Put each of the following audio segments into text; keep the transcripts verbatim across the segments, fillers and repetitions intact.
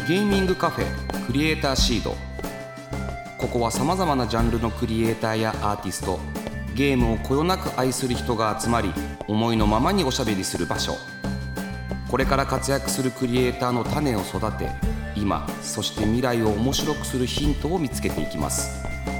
ゲーミングカフェクリエイターシード。ここはさまざまなジャンルのクリエイターやアーティスト、ゲームをこよなく愛する人が集まり、思いのままにおしゃべりする場所。これから活躍するクリエイターの種を育て、今そして未来を面白くするヒントを見つけていきます。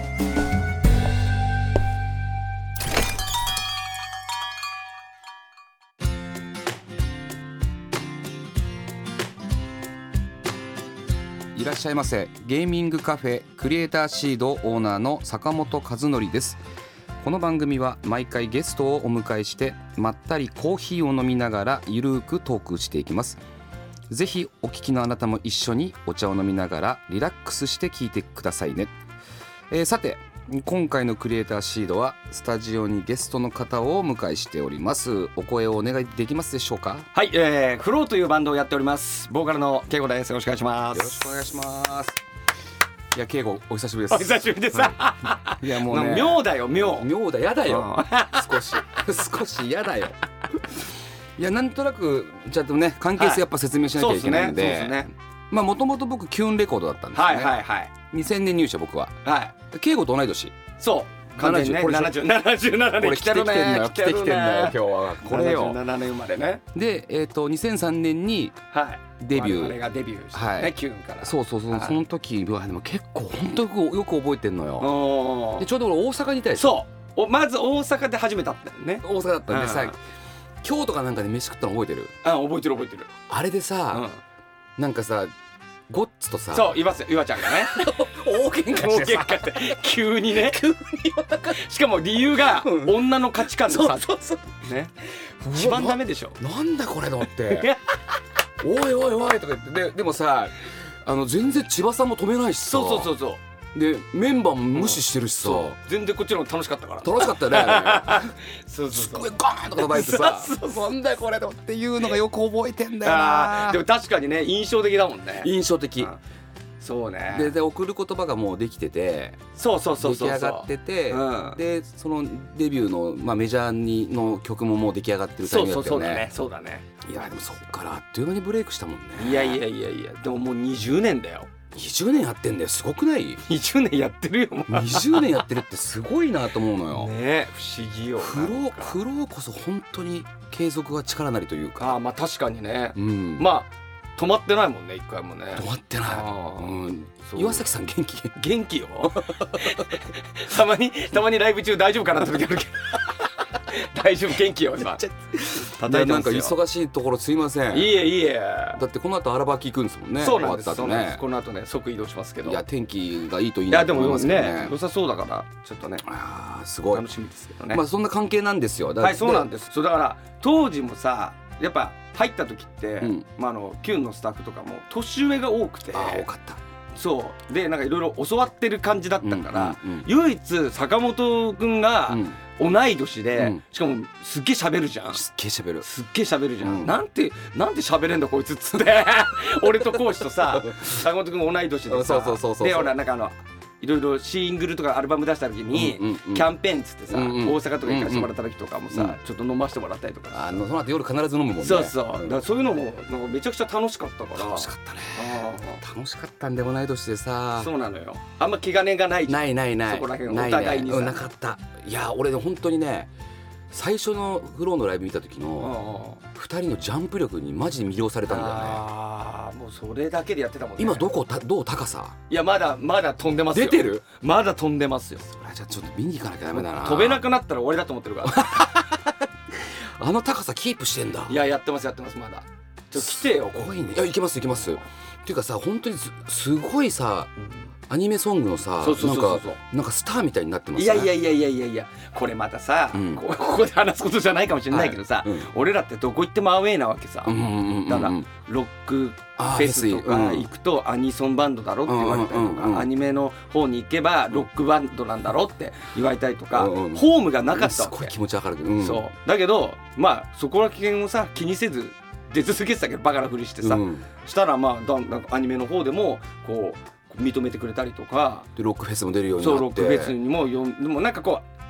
いらっしゃいませ。ゲーミングカフェクリエイターシードオーナーの坂本和則です。この番組は毎回ゲストをお迎えしてまったりコーヒーを飲みながらゆるーくトークしていきます。ぜひお聞きのあなたも一緒にお茶を飲みながらリラックスして聞いてくださいね。えー、さて今回のクリエイターシードはスタジオにゲストの方をお迎えしております。お声をお願いできますでしょうか。 はい、えー、フローというバンドをやっております。ボーカルのケイゴです。よろしくお願いします。 よろしくお願いします。いやケイゴお久しぶりです。 お久しぶりです、はい、 いやもうね妙だよ妙妙だやだよ少し少しやだよいやなんとなくちゃんとね関係性やっぱ説明しなきゃいけないんで、はい、そうですね、そうですね。まあもともと僕キューンレコードだったんですよね。 はいはいはい。 にせんねん入社僕は。はい。ケイゴと同い年。 そう完全にねななじゅうななじゅうななねんこれ来てるね来てきてんだよ今日はこれよ。 ななじゅうななねん生まれね。 でえっとにせんさんねんにデビュー。 我々がデビューしてね、はい、キューンから。 そうそうそう、はい、その時はでも結構本当によく覚えてんのよ。でちょうど俺大阪にいたでしょ。 そうまず大阪で始めたんだよね。 大阪だったんでさ京都かなんかで飯食ったの覚えてる？ あ覚えてる覚えてる。 あれでさ、うん、なんかさゴッツとさそういますよ岩ちゃんがね大喧嘩してさして急にね急にしかも理由が女の価値観のさ、うん、そうそうそうね一番ダメでしょ。 な, なんだこれのっておいおいおいとか言って で, でもさあの全然千葉さんも止めないしさ。 そうそうそうそうでメンバーも無視してるしさ、うん、 全然こっちの方が楽しかったから楽しかったねそうそうそうすごいガーンとか叩いてさなんだよこれっていうのがよく覚えてんだよな。 でも確かにね印象的だもんね。 印象的、うん、 そうね。 で, で送る言葉がもうできててそうそうそうそう出来上がってて、うん、でそのデビューの、まあ、メジャーにの曲ももう出来上がってるタイミングだったよね。 そうそうそうだねそうだね。 いやでもそっからあっという間にブレイクしたもんね。 いやいやいやいやでももうにじゅうねんだよ。 にじゅうねんやってんだよ。すごくない？ にじゅうねんやってるよ。 にじゅうねんやってるってすごいなと思うのよ。 ね不思議よ。 苦労苦労こそ本当に継続は力なりというか。 あまあ確かにね、 うん、 まあ止まってないもんね一回もね。 止まってない、うん、岩崎さん元気元気よたまにたまにライブ中大丈夫かなって時あるけど大丈夫元気よ今叩いてますよ。 なんか忙しいところすいません。 いいえいいえ。 だってこの後荒ばき行くんですもんね。 そうなんです、 ね、 そうなんです。この後ね即移動しますけど。 いや天気がいいといいなと思いますけどね。いやでもね良さそうだからちょっとねあすごい楽しみですけどね。 まあそんな関係なんですよ。 はいそうなんです。そうだから当時もさやっぱ入った時って、うんまあ、あのキュンのスタッフとかも年上が多くて。 あ多かった。 そうでなんかいろいろ教わってる感じだったから、 うんうんうん、 唯一坂本くんが同い年で、うん、しかもすっげえ喋るじゃん。 すっげえ喋るすっげえ喋るじゃん、 うん、 なんてなんて喋れんだこいつっつって俺と講師とさ坂本くんも同い年でさそうそうそうそうでほらなんかあのいろいろシングルとかアルバム出した時に、うんうんうん、キャンペーンっつってさ、うんうん、大阪とか行かせてもらった時とかもさ、うんうん、ちょっと飲ませてもらったりとか、 あのその後夜必ず飲むもんね。 そうそうだからそういうのもなんかめちゃくちゃ楽しかったから楽しかったね。楽しかったんでもない年でさ。 そうなのよ。あんま気兼ねがないじゃん。 ないないないそこら辺お互いにさ、 ないね、なかった。いや俺ね本当にね最初のフローのライブ見た時のふたりのジャンプ力にマジで魅了されたんだよね。 ああもうそれだけでやってたもんね。 今どこたどう高さ？ いやまだまだ飛んでますよ。 出てる？ まだ飛んでますよ。 それじゃあちょっと見に行かなきゃダメだな。 飛べなくなったら終わりだと思ってるからあの高さキープしてんだ。 いややってますやってますまだ。ちょっと来てよ。 すごいね。いや行けます行けます。っていうかさ本当に す, すごいさ、うん、アニメソングのさなんかなんかスターみたいになってますね。 いやいやいやいやいやいやこれまたさ、うん、こ, ここで話すことじゃないかもしれないけどさ、はいうん、俺らってどこ行ってもアウェーなわけさ、うんうんうんうん、だからロックフェスとか行くとアニソンバンドだろって言われたりとか、うんうんうん、アニメの方に行けばロックバンドなんだろって言われたりとか、うんうん、ホームがなかったわけ。 すごい気持ちわかるけど、うん、 そうだけどまあそこら辺をさ気にせず出続けてたけどバカなふりしてさ、うん、したらまあだんだんアニメの方でもこう認めてくれたりとかでロックフェスも出るようになってそうロックフェスにもよでもなんかこう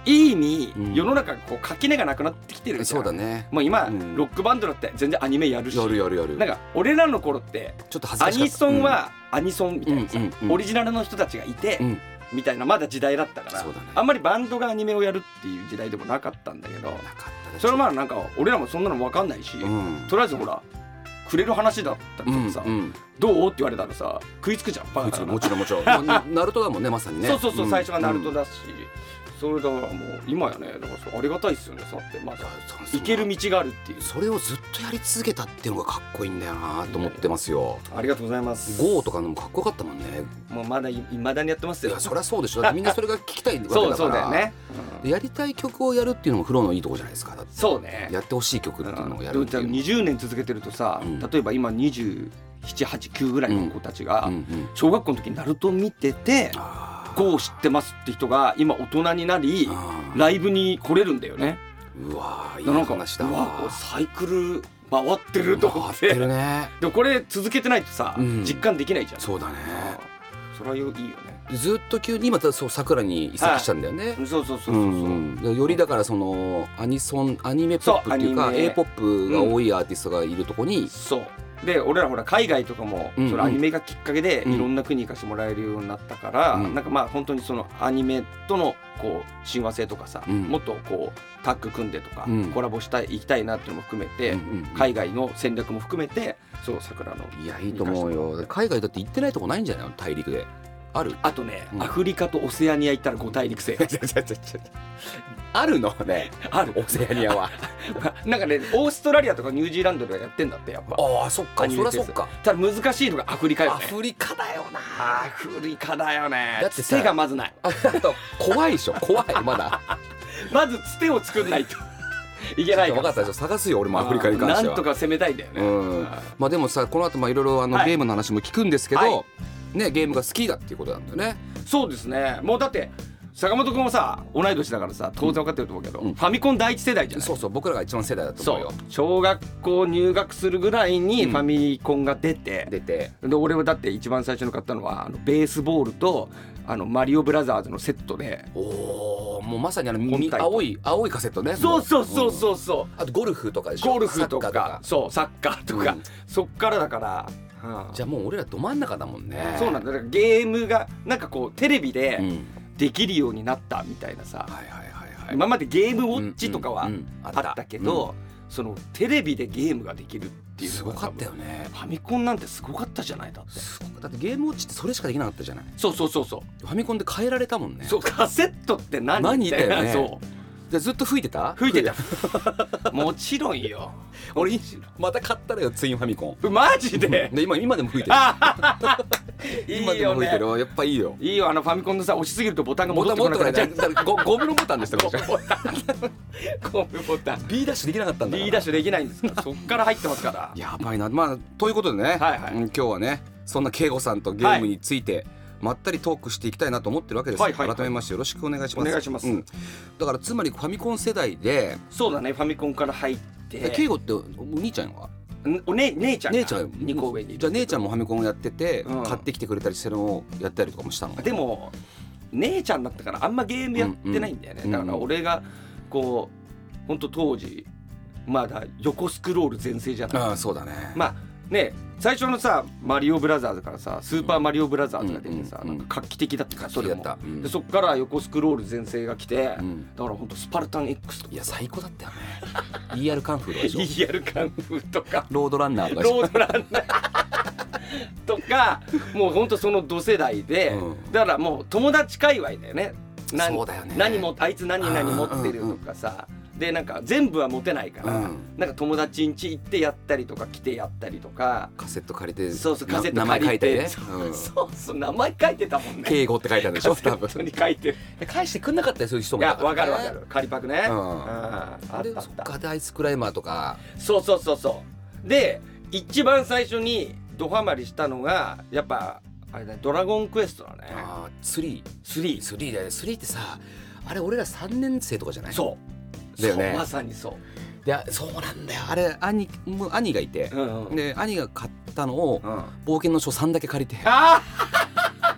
いい意味、うん、世の中こう垣根がなくなってきてるじゃん。 そうだね。 もう今、 うん、 ロックバンドだって全然アニメやるし、 やるやるやる。 なんか俺らの頃ってちょっと恥ずかしかった。 アニソンはアニソンみたいなさ、 うんうんうん、 オリジナルの人たちがいて、うん、みたいなまだ時代だったから、 そうだね、 あんまりバンドがアニメをやるっていう時代でもなかったんだけど、 なかったね。 それはまあなんか俺らもそんなの分かんないし、うん、とりあえずほらくれる話だったりとかさ、うんうん、どうって言われたらさ食いつくじゃん。バカだからもちろんもちろんナルトだもんね、まさにね。 そうそうそう、うん、最初がナルトだし、それだからもう今やね、だからそうありがたいっすよね。そうやってまだ行ける道があるっていう、 それをずっとやり続けたっていうのがかっこいいんだよなと思ってますよ。 ありがとうございます。 ゴーとかのもかっこよかったもんね。 もうまだ未だにやってますよ。 いやそりゃそうでしょ。だってみんなそれが聞きたいわけだからそうそうだよね、 うん、やりたい曲をやるっていうのもフローのいいとこじゃないですか。だってそうね、 やってほしい曲っていうのをやるっていうの、 うん、にじゅうねん続けてるとさ、うん、例えば今にじゅうなな、はち、きゅうぐらいの子たちが小学校の時にナルト見てて、ゴー知ってますって人が今大人になりライブに来れるんだよね。 うわーいい話だわ。 うわサイクル回ってると思って。回ってるね。でもこれ続けてないとさ、うん、実感できないじゃん。 そうだね。 それはいいよね。 ずっと急に今そう桜に移籍したんだよね。 そうそうそうそうそう、 うんうん、よりだからそのアニソンアニメポップっていうか エーポップが多いアーティストがいるとこに、うん、そうで俺らほら海外とかもそのアニメがきっかけでいろんな国行かせてもらえるようになったから、うん、なんかまあ本当にそのアニメとのこう親和性とかさ、うん、もっとこうタッグ組んでとか、うん、コラボしたい行きたいなっていうのも含めて、うんうんうん、海外の戦略も含めてそう桜のいやいいと思うよ。海外だって行ってないとこないんじゃないの大陸で。ある。 あとね、うん、アフリカとオセアニア行ったらご大陸制あるのね。 ある。 オセアニアはなんかねオーストラリアとかニュージーランドではやってんだってやっぱ。 ああそっか、そりゃそっか。 ただ難しいのがアフリカよね。 アフリカだよな。 アフリカだよね。 だって手がまずない。 あと怖いでしょ。怖いまだまずつてを作んないといけないから。 分かったでしょ。探すよ俺もアフリカに関しては。 なんとか攻めたいんだよね。うん、 まあでもさこの後まあいろいろあの、はい、ゲームの話も聞くんですけど、はいね、ゲームが好きだっていうことなんだよね。 そうですね。もうだって坂本君もさ同い年だからさ当然分かってると思うけど、うん、ファミコン第一世代じゃない。 そうそう僕らが一番世代だと思うよ。 そう小学校入学するぐらいにファミコンが出て、 うん、出てで俺はだって一番最初に買ったのはあのベースボールとあのマリオブラザーズのセットで。 おーもうまさにあの青い青いカセットね。 そうそうそうそうそう、うん、 あとゴルフとかでしょ。 ゴルフとか、とかそうサッカーとか、うん、そっからだからじゃあもう俺らど真ん中だもんね。 そうなんだ。だからゲームがなんかこうテレビでできるようになったみたいなさ、うんはいはいはいはい、今までゲームウォッチとかはあったけど、そのテレビでゲームができるっていうのがすごかったよね。 ファミコンなんてすごかったじゃない。だってだってゲームウォッチってそれしかできなかったじゃない。 そうそうそうそう。 ファミコンで変えられたもんね。 そうカセットって何何だよね。 そうじゃずっと吹いてた吹いてたもちろんよ。 俺また買ったらよツインファミコン。マジでで 今, 今でも吹いてる今でも吹いてる。やっぱいいよ。 いいよあのファミコンのさ押しすぎるとボタンが戻ってこなくなっちゃう。 ゴムのボタンでしたゴムボタン B ダッシュできなかったんだから。 B ダッシュできないんですからそっから入ってますからやばいな。まあということでね、はいはい、今日はねそんな慶吾さんとゲームについて、はいまったりトークしていきたいなと思ってるわけです、はいはいはい、改めましてよろしくお願いします。 お願いします、うん、 だからつまりファミコン世代で。 そうだねファミコンから入って慶吾ってお兄ちゃんはお、ね、姉ちゃんが姉ちゃんにこ上にいる。 じゃあ姉ちゃんもファミコンやってて、うん、買ってきてくれたりしてるのをやったりとかもしたの。 でも姉ちゃんだったからあんまゲームやってないんだよね、うんうん、だから俺がこう本当当時まだ横スクロール全盛じゃない。 ああそうだね。 まあね最初のさマリオブラザーズからさスーパーマリオブラザーズが出てさ、うんうん、なんか画期的だったからそれも、うん、でそっから横スクロール全盛が来て、うん、だからほんとスパルタン X とか。 いや最高だったよねイーアール カンフーとかでしょ。 イーアール カンフーとかロードランナーとかでしょ。 ロードランナーとかもうほんとその同世代で、うん、だからもう友達界隈だよね。 そうだよね。 何もあいつ何々持ってるとかさ、うんうんでなんか全部は持てないから、うん、なんか友達ん家行ってやったりとか来てやったりとかカセット借りてそうそうカセット借りて名前書いてね、 うん、そうそう名前書いてたもんね。 敬語って書いてあるんでしょ。 カセットに書いてる返してくんなかったよそういう人もいたから、ね、いや分かる分かる仮パクね、うん、 ああでそっかでアイスクライマーとかそうそうそうそうで一番最初にドハマりしたのがやっぱあれだドラゴンクエストだね。 ああスリースリースリーだよね。スリーってさあれ俺らさんねん生とかじゃない。 そうだよね、 そうまさにそうでそうなんだよ。あれ 兄, 兄がいて、うんうん、で兄が買ったのを、うん、冒険の書さんだけ借りてあ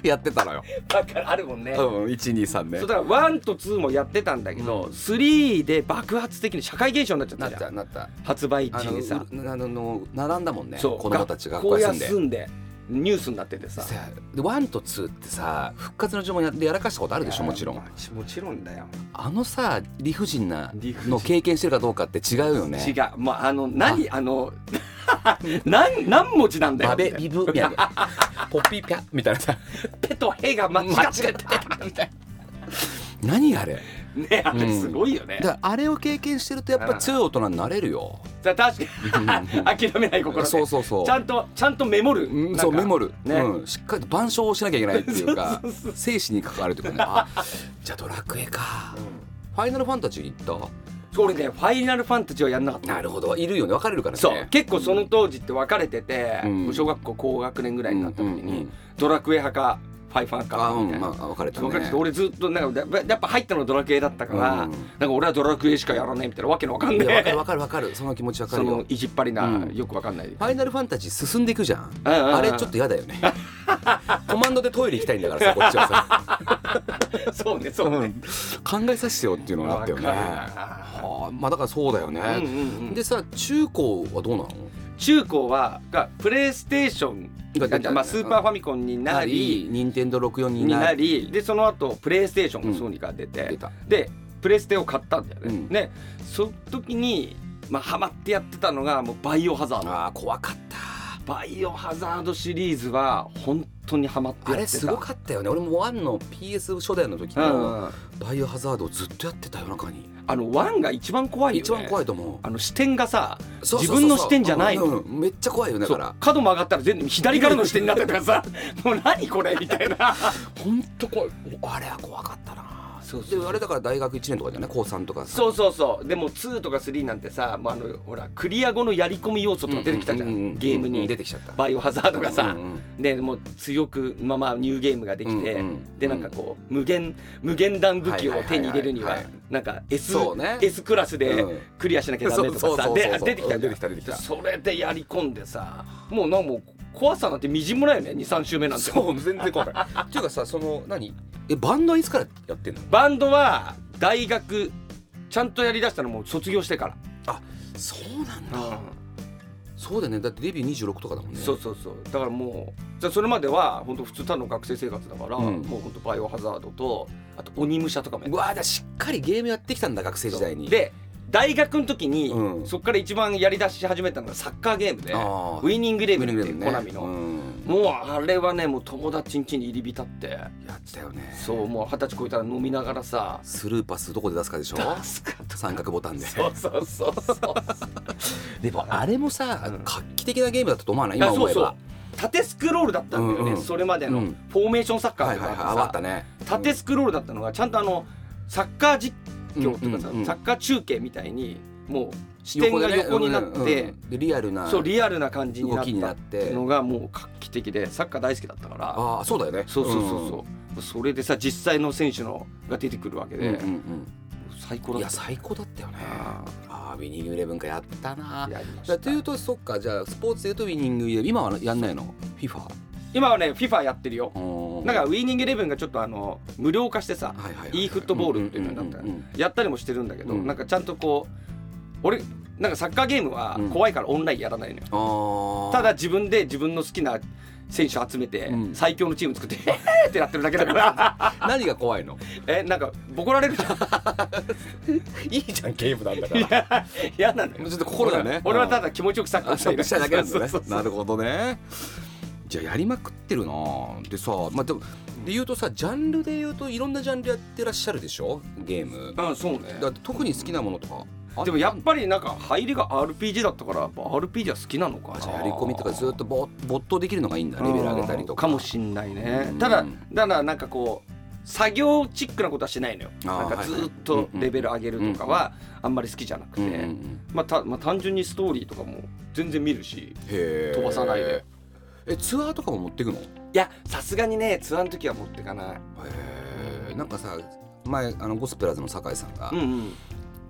やってたのよ。 だからあるもんね。 うん、いちにさんね。 そうだからワンとツーもやってたんだけど、うん、スリーで爆発的に社会現象になっちゃったじゃん。 なったなった。 発売時にさ、 あのあの並んだもんね。 そう、 子供たちが学校休んでニュースになっててさ。 でワンとツーってさ、復活の呪文でやらかしたことあるでしょ。もちろんもちろんだよ。 あのさ理不尽なの経験してるかどうかって違うよね。 違う。まああの何あの何何文字なんだよ。 バベビブみたいなポピピャみたいなさ、 ペとヘが間違ってたみたいな。何あれね、あれすごいよね、 うん、だからあれを経験してるとやっぱ強い大人になれるよ。 確かに諦めない心でそうそうそう、 ちゃんとちゃんとメモる、 うん、そうメモる、ね、うん、しっかりと板書をしなきゃいけないっていうか生死に関わるというかね。あ、じゃあドラクエか、うん、ファイナルファンタジー行った？ 俺ねファイナルファンタジーはやんなかった。 なるほど、いるよね、分かれるからね。 そう結構その当時って分かれてて、うん、小学校高学年ぐらいになった時に、うんうんうん、ドラクエ派かファイファンかみたいな、 あ、うん、まあ、分かれたね。 分かれてて、俺ずっとなんかやっぱ入ったのドラクエだったから、うん、なんか俺はドラクエしかやらないみたいなわけのわかんない。 分かる分かる分かる、その気持ち分かるよ。 その意地っ張りな、うん、よく分かんない。 ファイナルファンタジー進んでいくじゃん、うんうんうん、あれちょっと嫌だよねコマンドでトイレ行きたいんだからさ、こっちはさそうねそうね、うん、 考えさせてよっていうのがあったよね。はあ、まあだからそうだよね、うんうんうん、でさ中高はどうなの？ 中高はがプレイステーションが、まあ、スーパーファミコンになり、 任天堂ろくじゅうよんになりで、その後プレイステーションもソニーが出て、うん、でプレステを買ったんだよね、うん、でその時に、まあ、ハマってやってたのがもうバイオハザード。 あー怖かった。 バイオハザードシリーズは本当にハマってやってた。 あれすごかったよね。俺もワンの ピーエス 初代の時のバイオハザードをずっとやってた夜中に。 あのワンが一番怖いよね。 一番怖いと思う。 あの視点がさ、自分の視点じゃないの、 うん、めっちゃ怖いよね。だから角曲がったら全部左からの視点になってたからさもう何これみたいな本当怖い。あれは怖かったな。そうそうそう、であれだから大学いちねんとかじゃない、高さんとかさ。 そうそうそう。でもツーとかスリーなんてさ、まあ、あのほらクリア後のやり込み要素とか出てきたじゃん、うんうんうん、ゲームに、 出てきちゃったバイオハザードがさ、うんうん、でもう強くまあまあニューゲームができて、うんうん、でなんかこう無限無限弾武器を手に入れるにはなんか S、ね、S クラスでクリアしなきゃダメとかさ、で出てきたじゃん。出てきた。それでやり込んでさ、もうなんかもう怖さなんてみじんもないよね。 にさん 週目なんて。 そう全然怖いっていうかさ、その何えバンドはいつからやってんの？ バンドは大学ちゃんとやりだしたのも卒業してから。 あ、そうなんだ、うん、そうだよね。だってデビューにじゅうろくとかだもんね。 そうそうそう。だからもうじゃあそれまでは本当普通ただの学生生活だから、うん、もう本当バイオハザードとあと鬼武者とかもやって。 うわー、だしっかりゲームやってきたんだ学生時代に。 で大学の時に、うん、そっから一番やりだし始めたのがサッカーゲームで、ウイニングイレブンっていうコナミの、うん、もうあれはね、もう友達ん家に入り浸ってやったよね。 そう、もう二十歳超えたら飲みながらさ、 スルーパスどこで出すかでしょ。 出すかと三角ボタンで。 そうそうそうそうでもあれもさ、うん、画期的なゲームだったと思わない？今思えば。そうそう、 縦スクロールだったんだよね、うんうん、それまでのフォーメーションサッカーとかさ、 はいはいはい、あったね、 縦スクロールだったのがちゃんとあのサッカー実況とかさ、うんうんうん、サッカー中継みたいにもう視点が横になって、ね、うんうん、でリアルなそうリアルな感じになったのがもう画期的で、サッカー大好きだったから。 ああ、そうだよね。 そうそうそうそう、うん、それでさ実際の選手のが出てくるわけで、うんうんうん、最高だった。 いや最高だったよね。ああ、ウィニングイレブンかやったな。やりました。というとそっか、じゃあスポーツでいうとウィニングイレブン、今はやんないの？ フィファ？ 今はね フィファ やってるよ。なんかウィニングイレブンがちょっとあの無料化してさ、はいはいはいはい、e フットボールっていうのがなんかやったりもしてるんだけど、うん、なんかちゃんとこう俺なんかサッカーゲームは怖いからオンラインやらないのよ、うん、ただ自分で自分の好きな選手集めて最強のチーム作って、うん、えーってやってるだけだから何が怖いの？ え、なんかボコられるじゃんいいじゃんゲームなんだから。 いや嫌なのよ。 ちょっと心がね、 俺はただ気持ちよくサッカーしたいだけなんだね。なるほどね。じゃあやりまくってるな。でさ、まあ、でもで言うとさ、ジャンルで言うといろんなジャンルやってらっしゃるでしょ、ゲーム。 ああ、そうね。 だって特に好きなものとか。 でもやっぱりなんか入りが アールピージー だったから、やっぱ アールピージー は好きなのか。 じゃあやり込みとかずっと没頭できるのがいいんだ。レベル上げたりとか。 かもしんないね。ただだからなんかこう作業チックなことはしないのよ。なんかずっとレベル上げるとかはあんまり好きじゃなくて、まあたまあ単純にストーリーとかも全然見るし、飛ばさないで。 え、ツアーとかも持ってくの？いや、さすがにねツアーの時は持ってかない。 へえ。なんかさ、前あのゴスペラーズの酒井さんが、うんうん、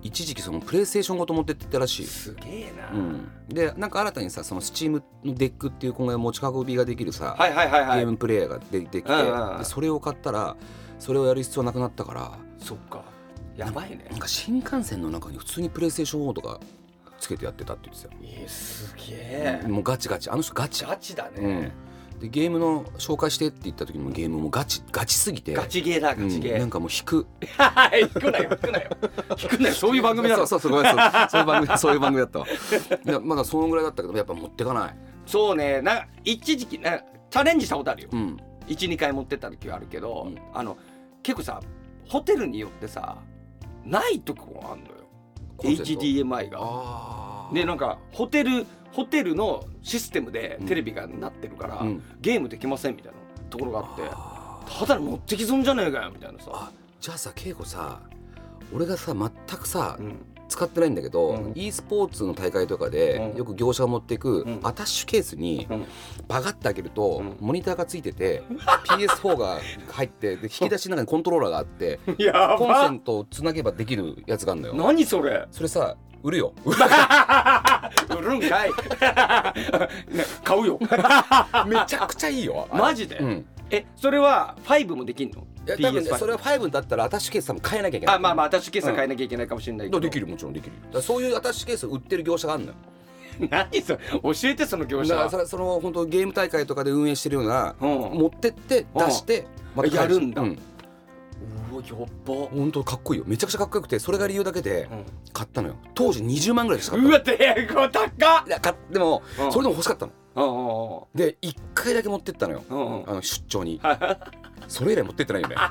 一時期そのプレイステーションごと持ってってたらしい。 すげえな、 うん、でなんか新たにさそのスチームのデックっていう今後持ち運びができるさ、 はいはいはいはい、 ゲームプレイヤーがでできて、うんうん、でそれを買ったらそれをやる必要なくなったから。 そっかやばいね。 なんか新幹線の中に普通にプレイステーションフォーとかつけてやってたって言ってたよ。 えー、すげえ、 もうガチガチ、あの人ガチガチだね、 うん、でゲームの紹介してって言った時にもゲームもガチガチすぎてガチゲーだガチゲー、 うん、なんかもう引く引くなよ引くなよ引くなよ、そういう番組だろ。 そうそうそうそうそういう番組そういう番組だったわ。いやまだそのぐらいだったけどやっぱ持ってかない。 そうね、なんか一時期なんかチャレンジしたことあるよ、うん、いちにかい持ってった時はあるけど、うん、あの結構さホテルによってさないとこあんのよ エイチディーエムアイ が。でなんかホテルホテルのシステムでテレビがなってるから、うん、ゲームできませんみたいなところがあって、ただ持ってき損じゃねえかよみたいなさ。 あじゃあさ恵子さ、俺がさ全くさ、うん、使ってないんだけど、うん、e スポーツの大会とかで、うん、よく業者が持っていく、うん、アタッシュケースに、うん、バガッて開けると、うん、モニターがついてて、うん、ピーエスフォー が入ってで引き出しの中にコントローラーがあってコンセントをつなげばできるやつがあるのよ。 何それ。 それさ売るよ。売るんかい買うよ。 めちゃくちゃいいよ。 マジで、うん、えそれはファイブもできんの。 いや多分ねそれはファイブだったらアタッシュケース多分変えなきゃいけない。 あまあまあアタッシュケースは変えなきゃいけないかもしれないけど、 うん、できるもちろんできる。だからそういうアタッシュケースを売ってる業者があるのよ。 何それ教えてその業者。 だからその本当ゲーム大会とかで運営してるような、うん、持ってって出して、 うん、またやるんだ、うん、うわやっば本当かっこいいよ。めちゃくちゃかっこよくてそれが理由だけで買ったのよ。当時にじゅうまんぐらいでしか買った。 うわでこ高っ。 いやかでも、うん、それでも欲しかったの。 うん、 でいっかいだけ持ってったのよ、うん、あの出張に。それ以来持ってってないよね。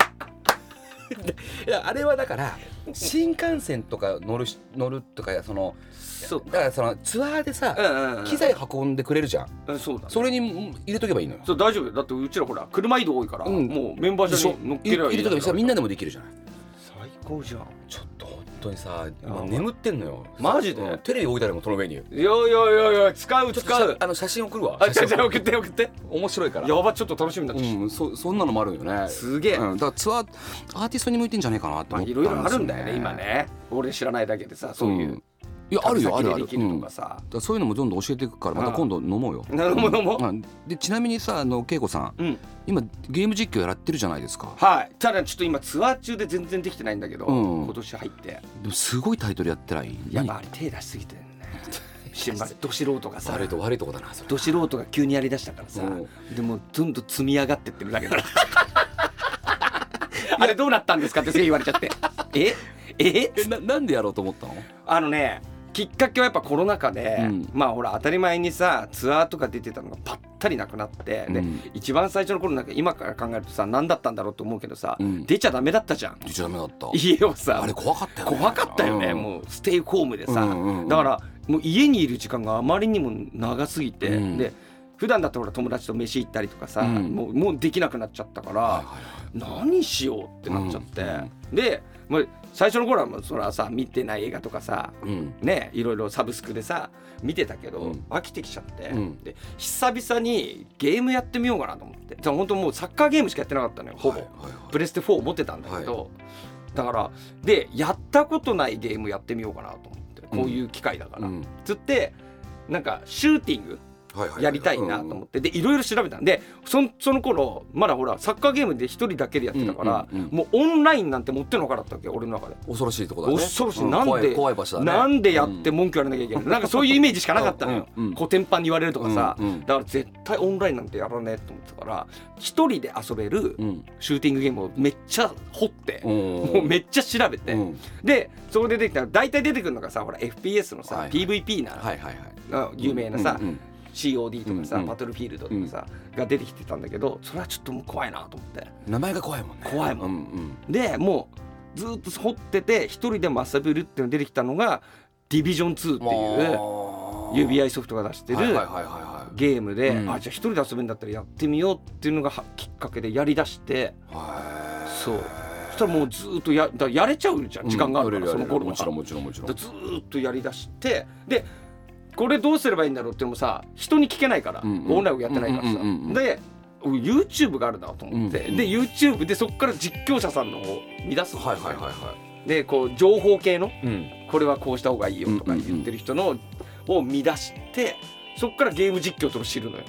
いやあれはだから新幹線とか乗る乗るとかそのそうだからそのツアーでさ、うんうんうん、機材運んでくれるじゃん、 うん、そうだね、 それに入れとけばいいのよ。 そう大丈夫だってうちらほら車移動多いから、うん、もうメンバー車に乗っければいい。 入れとけばみんなでもできるじゃない。 最高じゃん。ちょっと本当にさ今眠ってんのよ。 マジで。 テレビ置いたらもその上に。いやいやいやいや使う使う。 あの写真送るわ。 写真送って送って。 面白いから。 やばちょっと楽しみだったし、 うん、そそんなのもあるよね。 すげえ、うん、 だからツアーアーティストに向いてんじゃねえかなって思ったんですよね。 いろいろあるんだよね今ね。俺知らないだけでさそういう、うん、いやあるよあるある、 うん、だそういうのもどんどん教えていくからまた今度飲もうよ。 なるほど飲もう、 うん、でちなみにさあの恵子さん、うん、今ゲーム実況やってるじゃないですか。 はい。ただちょっと今ツアー中で全然できてないんだけど、うん、今年入ってでもすごいタイトルやってない。 いやまあ手出しすぎてるね。ど素人がさ悪いと悪いとこだな。 ど素人が急にやりだしたからさ、うん、でもどんどん積み上がってってるだけだ。あれどうなったんですかってすげえ言われちゃってえええ な, なんでやろうと思ったの。 あのねきっかけはやっぱコロナ禍で、うん、まあほら当たり前にさツアーとか出てたのがパッタリなくなって、うん、で一番最初の頃なんか今から考えるとさ何だったんだろうと思うけどさ、うん、出ちゃダメだったじゃん。 出ちゃダメだった。 家をさあれ怖かったよね。 怖かったよね、うん、もうステイホームでさ、うんうんうん、だからもう家にいる時間があまりにも長すぎて、うん、で普段だったら友達と飯行ったりとかさ、うん、もう、もうできなくなっちゃったから、はいはいはい、何しようってなっちゃって、うんうん、でもう最初の頃はもうそれはさ見てない映画とかさ、うん、ねいろいろサブスクでさ見てたけど、うん、飽きてきちゃって、うん、で久々にゲームやってみようかなと思って。本当もうサッカーゲームしかやってなかったのよほぼ、はいはいはい、プレステフォー持ってたんだけど、はい、だからでやったことないゲームやってみようかなと思ってこういう機会だから、うん、つってなんかシューティングやりたいなと思って、でいろいろ調べたんで そ, その頃まだほらサッカーゲームで一人だけでやってたから、うんうんうん、もうオンラインなんて持ってのほかだったわけ俺の中で。 恐ろしいとこだね。 恐ろしい、 うん、 なんで怖い、怖い場所だね。 なんでやって文句言われなきゃいけない、うん、なんかそういうイメージしかなかったのよ、うんうん、コテンパンに言われるとかさ、うんうん、だから絶対オンラインなんてやらねえと思ってたから一人で遊べるシューティングゲームをめっちゃ掘って、うん、もうめっちゃ調べて、うん、でそこで出てきたら大体出てくるのがさほら エフピーエス のさ、はいはい、ピーブイピー な、はいはいはい、有名なさ、うんうんうんシーオーディー とかさ、うんうん、バトルフィールドとかさ、うん、が出てきてたんだけどそれはちょっともう怖いなと思って。 名前が怖いもんね。 怖いもん、うんうん、でもうずっと掘ってて一人でも遊べるっていうのが出てきたのがディビジョンツーっていう ユービーアイ ソフトが出してるゲームで、うん、あじゃあ一人で遊べるんだったらやってみようっていうのがきっかけでやりだして、そうそしたらもうずっと や, だやれちゃうじゃん時間があるから、うん、その頃はもちろんもちろんもちろんずっとやりだしてでこれどうすればいいんだろうっていうのもさ人に聞けないから、うんうん、オンラインをやってないからさ、うんうんうんうん、で YouTube があるなと思って、うんうん、で YouTube でそこから実況者さんのを見出すの、 はいはいはいはい、 でこう情報系の、 うん、 これはこうした方がいいよとか言ってる人のを見出して、そっからゲーム実況とか知るのよ。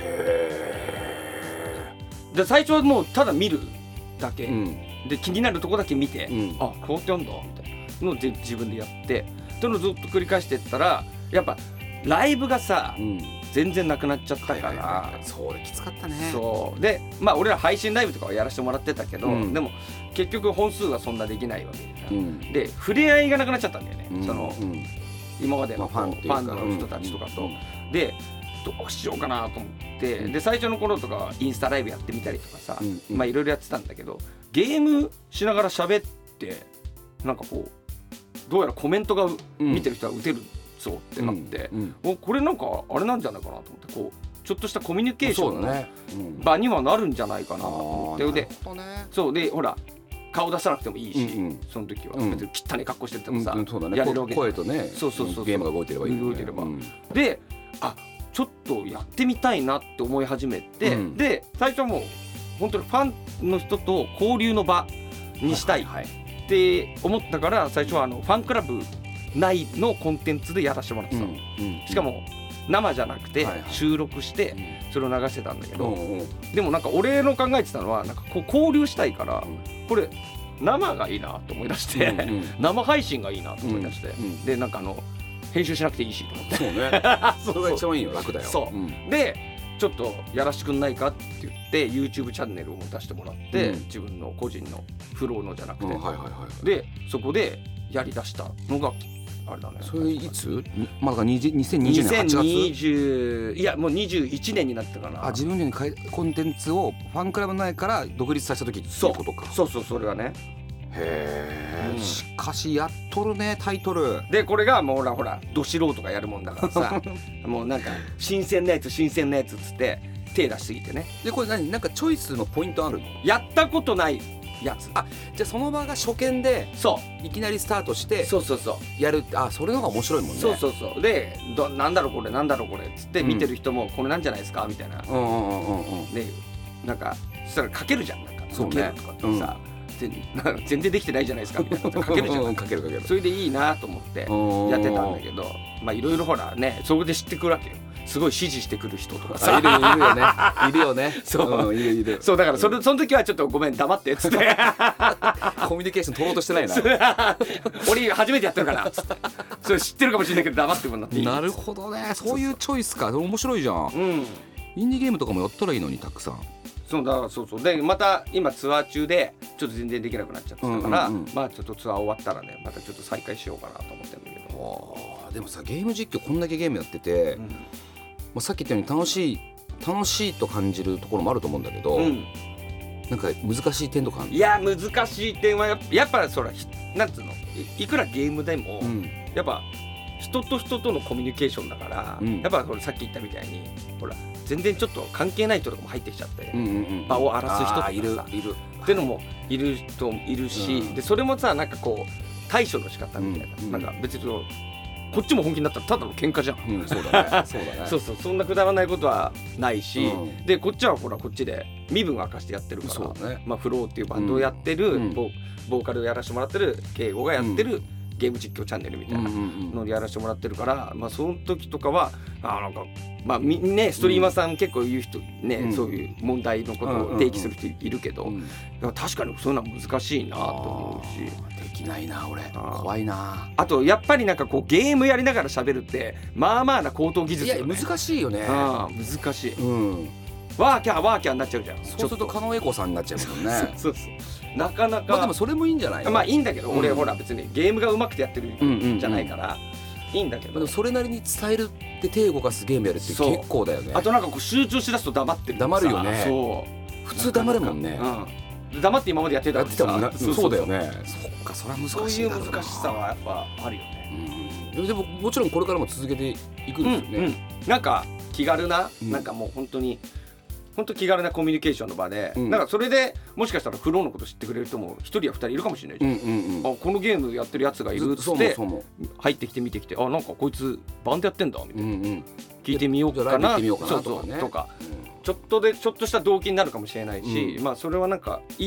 へー。で最初はもうただ見るだけ、うん、で気になるとこだけ見て、うん、あこうやってやんだみたいなのを自分でやってそのずっと繰り返していったらやっぱライブがさ、うん、全然なくなっちゃったから、はいはいはい、 そうきつかったね。 そうでまあ俺ら配信ライブとかはやらせてもらってたけど、うん、でも結局本数はそんなできないわけで、うん、で触れ合いがなくなっちゃったんだよね、うん、その、うん、今までのファン、ファンの人たちとかと、うん、でどうしようかなと思って、うん、で最初の頃とかインスタライブやってみたりとかさ、うんうん、まあいろいろやってたんだけどゲームしながら喋ってなんかこうどうやらコメントが見てる人は打てるそうってなって、うんうん、これなんかあれなんじゃないかなと思ってこうちょっとしたコミュニケーションの場にはなるんじゃないかなと思って、でそうでほら顔出さなくてもいいし、うんうん、その時は別に汚い格好しててもさ、うんうんね、やれるわけ声とねそうそうそうそうゲームが動いてればいい、ね、 動いてれば、うん、であちょっとやってみたいなって思い始めて、うん、で最初はもう本当にファンの人と交流の場にしたいって思ったから最初はあのファンクラブ内のコンテンツでやらせてもらってたの、うんうん、しかも生じゃなくて収録してそれを流してたんだけど、はいはい、でもなんか俺の考えてたのはなんかこう交流したいからこれ生がいいなと思い出して、うんうん、生配信がいいなと思い出して、うんうん、でなんかあの編集しなくていいしと思ってそうねそれが一番いいよ楽だよそう、うん、でちょっとやらしてくんないかって言って YouTube チャンネルを持たせてもらって、うん、自分の個人のフローのじゃなくて、うんはいはいはい、でそこでやりだしたのがあれだね。 それいつ？まだにせんにじゅうねんはちがつ？にせんにじゅういやもうにじゅういちねんになったかな。 あ自分でコンテンツをファンクラブ内から独立させた時っていうことか。 そうそうそうそれがね。 へえ、うん、しかしやっとるねタイトルでこれがもうほらほらど素人がやるもんだからさもうなんか新鮮なやつ新鮮なやつっつって手出しすぎてね。 でこれ何なんかチョイスのポイントあるの？ やったことないやつ。 あじゃあその場が初見でそういきなりスタートしてそうそうそうやるってあそれの方が面白いもんね。 そうそうそうでどなんだろうこれなんだろうこれっつって見てる人もこれなんじゃないですかみたいな、うんうんうんうん、でなんかそしたら書けるじゃんなんかそうねとかってさ、うん、全然できてないじゃないですかみたいなこと書けるじゃん書ける書けるそれでいいなと思ってやってたんだけどまあいろいろほらねそこで知ってくるわけよ。すごい指示してくる人とかさいるいるよねいるよねそう、 うん、いるいるそうだからそれその時はちょっとごめん黙ってっつってコミュニケーション取ろうとしてないな俺初めてやってるからっつってそれ知ってるかもしれないけど黙ってもらっていい。 なるほどねそういうチョイスか面白いじゃん、うん、インディーゲームとかもやったらいいのにたくさん。 そうだそうそうでまた今ツアー中でちょっと全然できなくなっちゃってたから、うんうんうん、まあちょっとツアー終わったらねまたちょっと再開しようかなと思ってるんだけど。 でもさゲーム実況こんだけゲームやってて、うんまあ、さっき言ったように楽しい楽しいと感じるところもあると思うんだけど、うん、なんか難しい点とかあるの？ いや難しい点はやっぱ、やっぱそらなんつうの い, いくらゲームでも、うん、やっぱ人と人とのコミュニケーションだから、うん、やっぱこれさっき言ったみたいにほら全然ちょっと関係ない人とかも入ってきちゃって、うんうんうん、場を荒らす人とかさいるいるってのもいる人もいるし、うん、でそれもさなんかこう対処の仕方みたいな、うんうん、なんか別にこっちも本気になったらただの喧嘩じゃん、 うん、そうだねそうだねそうそうそんなくだらないことはないし、うん、でこっちはほらこっちで身分を明かしてやってるから、そうだねまあ、フローっていうバンドをやってる、うん、ボ, ボーカルをやらせてもらってる敬吾がやってる、うんゲーム実況チャンネルみたいなのをやらせてもらってるから、まあ、その時とかはあなんか、まあね、ストリーマーさん結構言う人、ねうん、そういう問題のことを提起する人いるけど、うんうんうん、確かにそういうのは難しいなと思うしできないな俺怖いな。 あとやっぱりなんかこうゲームやりながら喋るってまあまあな高等技術よね。 いや難しいよね。 あ難しい、うん、ワーキャーワーキャーになっちゃうじゃん。 そうすると狩野英孝さんになっちゃうもんねそうそうそうなかなかまあでもそれもいいんじゃないの？ まあいいんだけど、うん、俺ほら別にゲームが上手くてやってるんじゃないから、うんうんうん、いいんだけど、 でもそれなりに伝えるって手動かすゲームやるって結構だよね。 あとなんかこう集中しだすと黙ってる黙るよね。 そう普通黙るもんね。 うん、黙って今までやってたのにさ、 やってたもんな。そうそうだよね。そっかそれは難しいな。 そういう難しさはやっぱあるよね。 うん、でももちろんこれからも続けていくんですよね。 うんうん、なんか気軽な、うん、なんかもう本当に本当気軽なコミュニケーションの場で、うん、なんかそれでもしかしたらフローのこと知ってくれる人も一人や二人いるかもしれないじゃん、うんうんうん、あこのゲームやってるやつがいるっつって入ってきて見てきてあなんかこいつバンドやってんだみたいな、うんうん、聞いてみようかなとか、ね、とか、うん、ちょっとでちょっとした動機になるかもしれないし、うん、まあそれはなんかいい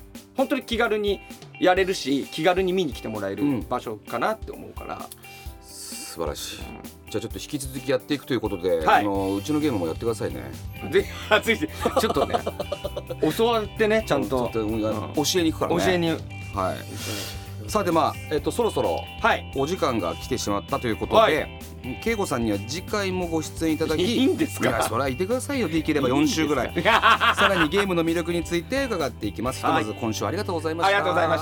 本当に気軽にやれるし気軽に見に来てもらえる場所かなって思うから、うん、 素晴らしい、うん、じゃあちょっと引き続きやっていくということで、はい、あのうちのゲームもやってくださいね。 でちょっとね教わってねちゃんと、うん、 教えに行くからね。 教えに、 はい。さてまあ、えっと、そろそろお時間が来てしまったということで、はい、慶吾さんには次回もご出演いただき、 いいんですか。 いやそれはいてくださいよ。できればよん週ぐらいさらにゲームの魅力について伺っていきます。ひとまず今週はありがとうございました。 ありがとうございました。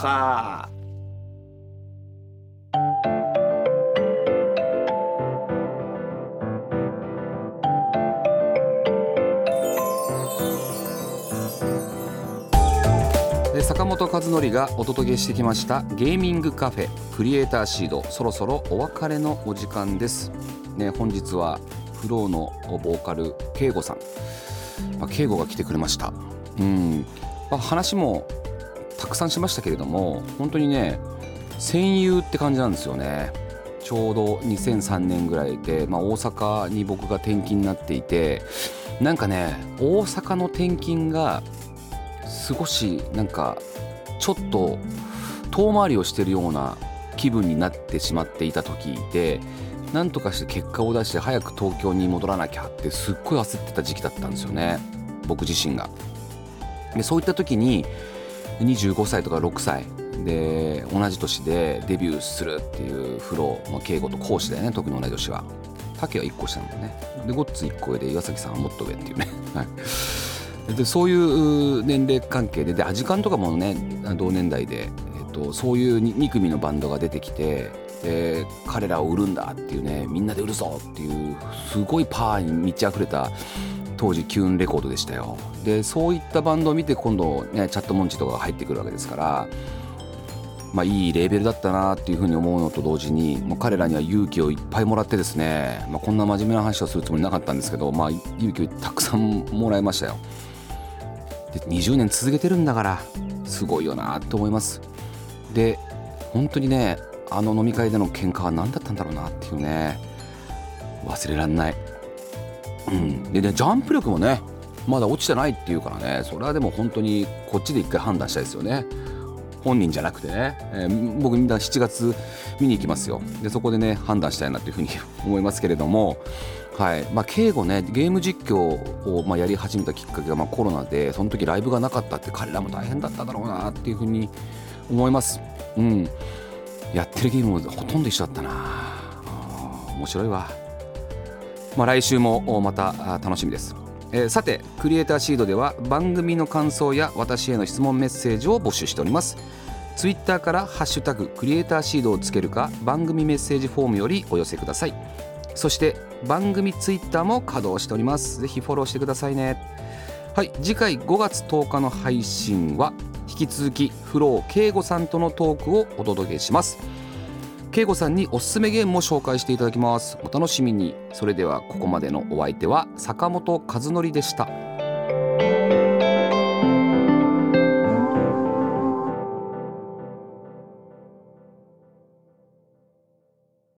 坂本和則がお届けしてきましたゲーミングカフェクリエイターシード、そろそろお別れのお時間です、ね、本日はフローのボーカル慶吾さん、まあ、慶吾が来てくれました。うん、まあ、話もたくさんしましたけれども本当にね戦友って感じなんですよね。ちょうどにせんさんねんぐらいで、まあ、大阪に僕が転勤になっていて、なんかね大阪の転勤が少しなんかちょっと遠回りをしてるような気分になってしまっていた時で、なんとかして結果を出して早く東京に戻らなきゃってすっごい焦ってた時期だったんですよね、僕自身が。でそういった時ににじゅうごさいとかろくさいで同じ年でデビューするっていうフロー、まあ、慶吾と講師だよね。特に同い年は竹はいっこ下なんだね。でゴッツいっこ上で岩崎さんはもっと上っていうねはいでそういう年齢関係で、でアジカンとかもね同年代で、えっと、そういうに組のバンドが出てきて、で彼らを売るんだっていうね、みんなで売るぞっていうすごいパワーに満ち溢れた当時キューンレコードでしたよ。でそういったバンドを見て今度ねチャットモンチとかが入ってくるわけですから、まあいいレーベルだったなっていうふうに思うのと同時に、もう彼らには勇気をいっぱいもらってですね、まあ、こんな真面目な話をするつもりなかったんですけど、まあ勇気をたくさんもらいましたよ。でにじゅうねん続けてるんだからすごいよなと思います。で本当にねあの飲み会での喧嘩は何だったんだろうなっていうね、忘れらんない、うん、でねジャンプ力もねまだ落ちてないっていうからね、それはでも本当にこっちで一回判断したいですよね、本人じゃなくてね、えー、僕みんなしちがつ見に行きますよ。でそこでね判断したいなというふうに思いますけれども、はい、まあ慶吾ねゲーム実況をまあやり始めたきっかけがまあコロナで、その時ライブがなかったって彼らも大変だっただろうなっていうふうに思います。うん、やってるゲームもほとんど一緒だったな。面白いわ。まあ来週もまた楽しみです。えー、さてクリエイターシードでは番組の感想や私への質問メッセージを募集しております。ツイッターからハッシュタグクリエイターシードをつけるか番組メッセージフォームよりお寄せください。そして番組ツイッターも稼働しております。ぜひフォローしてくださいね。はい、次回ごがつとおかの配信は引き続きフロー慶吾さんとのトークをお届けします。慶吾さんにおすすめゲームも紹介していただきます。お楽しみに。それではここまでのお相手は坂本和則でした。